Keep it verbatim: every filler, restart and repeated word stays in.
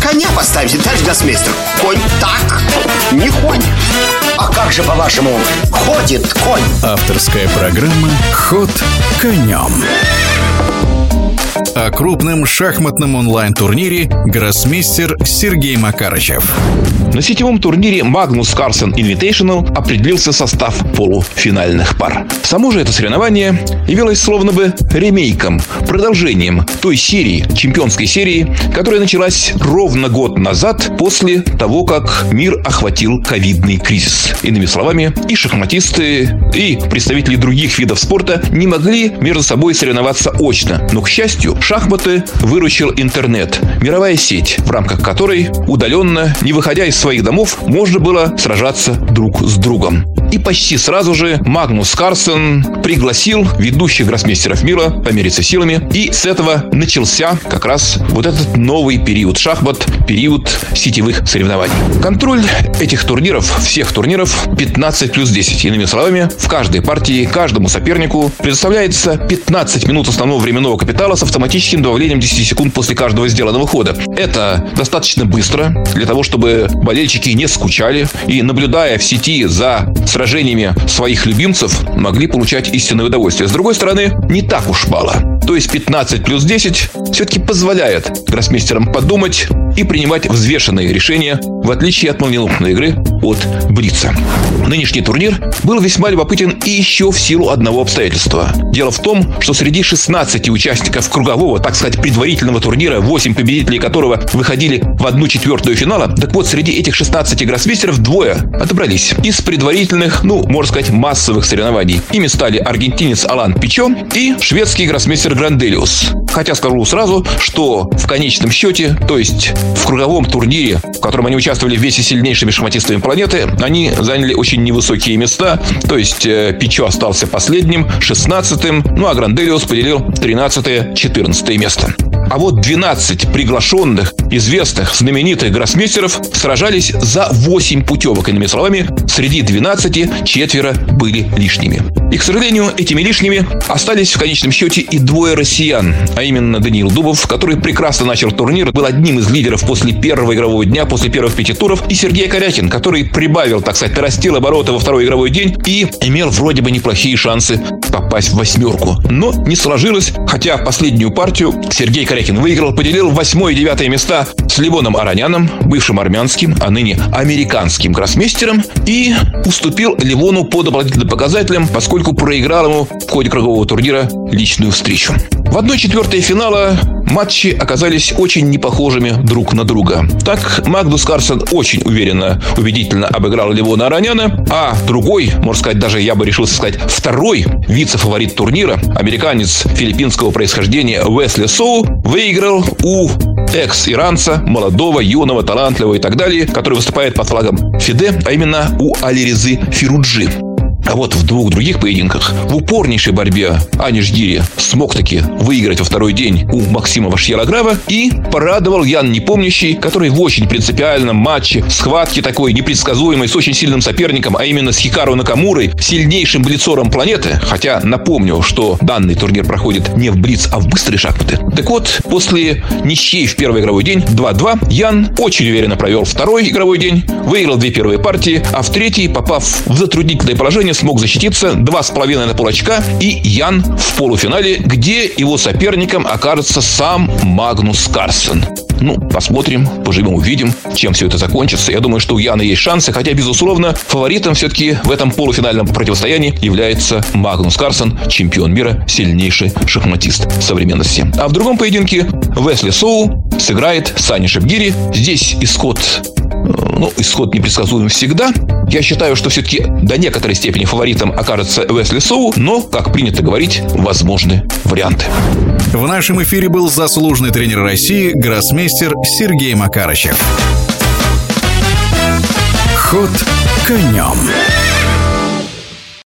коня поставите, товарищ гроссмейстер. Конь так не ходит. А как же, по-вашему, ходит конь? Авторская программа «Ход конем». О крупном шахматном онлайн-турнире гроссмейстер Сергей Макарычев. На сетевом турнире Magnus Carlsen Invitational определился состав полуфинальных пар. Само же это соревнование явилось словно бы ремейком, продолжением той серии, чемпионской серии, которая началась ровно год назад после того, как мир охватил ковидный кризис. Иными словами, и шахматисты, и представители других видов спорта не могли между собой соревноваться очно. Но, к счастью, шахматы выручил интернет, мировая сеть, в рамках которой удаленно, не выходя из своих домов, можно было сражаться друг с другом. И почти сразу же Магнус Карлсен пригласил ведущих гроссмейстеров мира помериться силами. И с этого начался как раз вот этот новый период шахмат, период сетевых соревнований. Контроль этих турниров, всех турниров, пятнадцать плюс десять. Иными словами, в каждой партии каждому сопернику предоставляется пятнадцать минут основного временного капитала с автоматическим добавлением десяти секунд после каждого сделанного хода. Это достаточно быстро для того, чтобы болельщики не скучали и, наблюдая в сети за сражениями своих любимцев, могли получать истинное удовольствие. С другой стороны, не так уж мало. То есть пятнадцать плюс десять все-таки позволяет гроссмейстерам подумать и принимать взвешенные решения, в отличие от молниеносной игры от Блица. Нынешний турнир был весьма любопытен и еще в силу одного обстоятельства. Дело в том, что среди шестнадцати участников кругового, так сказать, предварительного турнира, восемь победителей которого выходили в одну четвертую финала, так вот, среди этих шестнадцати гроссмейстеров двое отобрались из предварительных, ну, можно сказать, массовых соревнований. Ими стали аргентинец Алан Пичо и шведский гроссмейстер Гранделиус. Хотя скажу сразу, что в конечном счете, то есть в круговом турнире, в котором они участвовали вместе с сильнейшими шахматистами планеты, они заняли очень невысокие места. То есть Пичо остался последним, шестнадцатым, ну а Гранделиус поделил тринадцатое-четырнадцатое место. А вот двенадцать приглашенных, известных, знаменитых гроссмейстеров сражались за восемь путевок. Иными словами, среди двенадцати четверо были лишними. И, к сожалению, этими лишними остались в конечном счете и двое россиян, а именно Даниил Дубов, который прекрасно начал турнир, был одним из лидеров после первого игрового дня, после первых пяти туров, и Сергей Корякин, который прибавил, так сказать, нарастил обороты во второй игровой день и имел вроде бы неплохие шансы попасть в восьмерку. Но не сложилось, хотя последнюю партию Сергей Корякин выиграл, поделил восьмое и девятое места с Левоном Ароняном, бывшим армянским, а ныне американским гроссмейстером, и уступил Левону по дополнительным показателям, поскольку проиграл ему в ходе кругового турнира личную встречу. В одной четвертой финала матчи оказались очень непохожими друг на друга. Так, Магнус Карлсен очень уверенно, убедительно обыграл Левона Ароняна, а другой, можно сказать, даже я бы решил сказать, второй вице-фаворит турнира, американец филиппинского происхождения Уэсли Соу, выиграл у экс-иранца, молодого, юного, талантливого и так далее, который выступает под флагом ФИДЕ, а именно у Алирезы Фируджи. А вот в двух других поединках в упорнейшей борьбе Аниш Гири смог таки выиграть во второй день у Максима Вашьелаграва и порадовал Ян Непомнящий, который в очень принципиальном матче, схватке такой непредсказуемой с очень сильным соперником, а именно с Хикару Накамурой, сильнейшим блицором планеты, хотя напомню, что данный турнир проходит не в блиц, а в быстрые шахматы. Так вот, после ничьей в первый игровой день два-два, Ян очень уверенно провел второй игровой день, выиграл две первые партии, а в третьей, попав в затруднительное положение, смог защититься два с половиной на полочка, и Ян в полуфинале, где его соперником окажется сам Магнус Карлсен. Ну, посмотрим, поживем, увидим, чем все это закончится. Я думаю, что у Яна есть шансы, хотя, безусловно, фаворитом все-таки в этом полуфинальном противостоянии является Магнус Карлсен, чемпион мира, сильнейший шахматист современности. А в другом поединке Уэсли Соу сыграет с Анишем Гири. Здесь исход... Ну, исход непредсказуем всегда. Я считаю, что все-таки до некоторой степени фаворитом окажется Уэсли Соу, но, как принято говорить, возможны варианты. В нашем эфире был заслуженный тренер России, гроссмейстер Сергей Макарычев. Ход конем.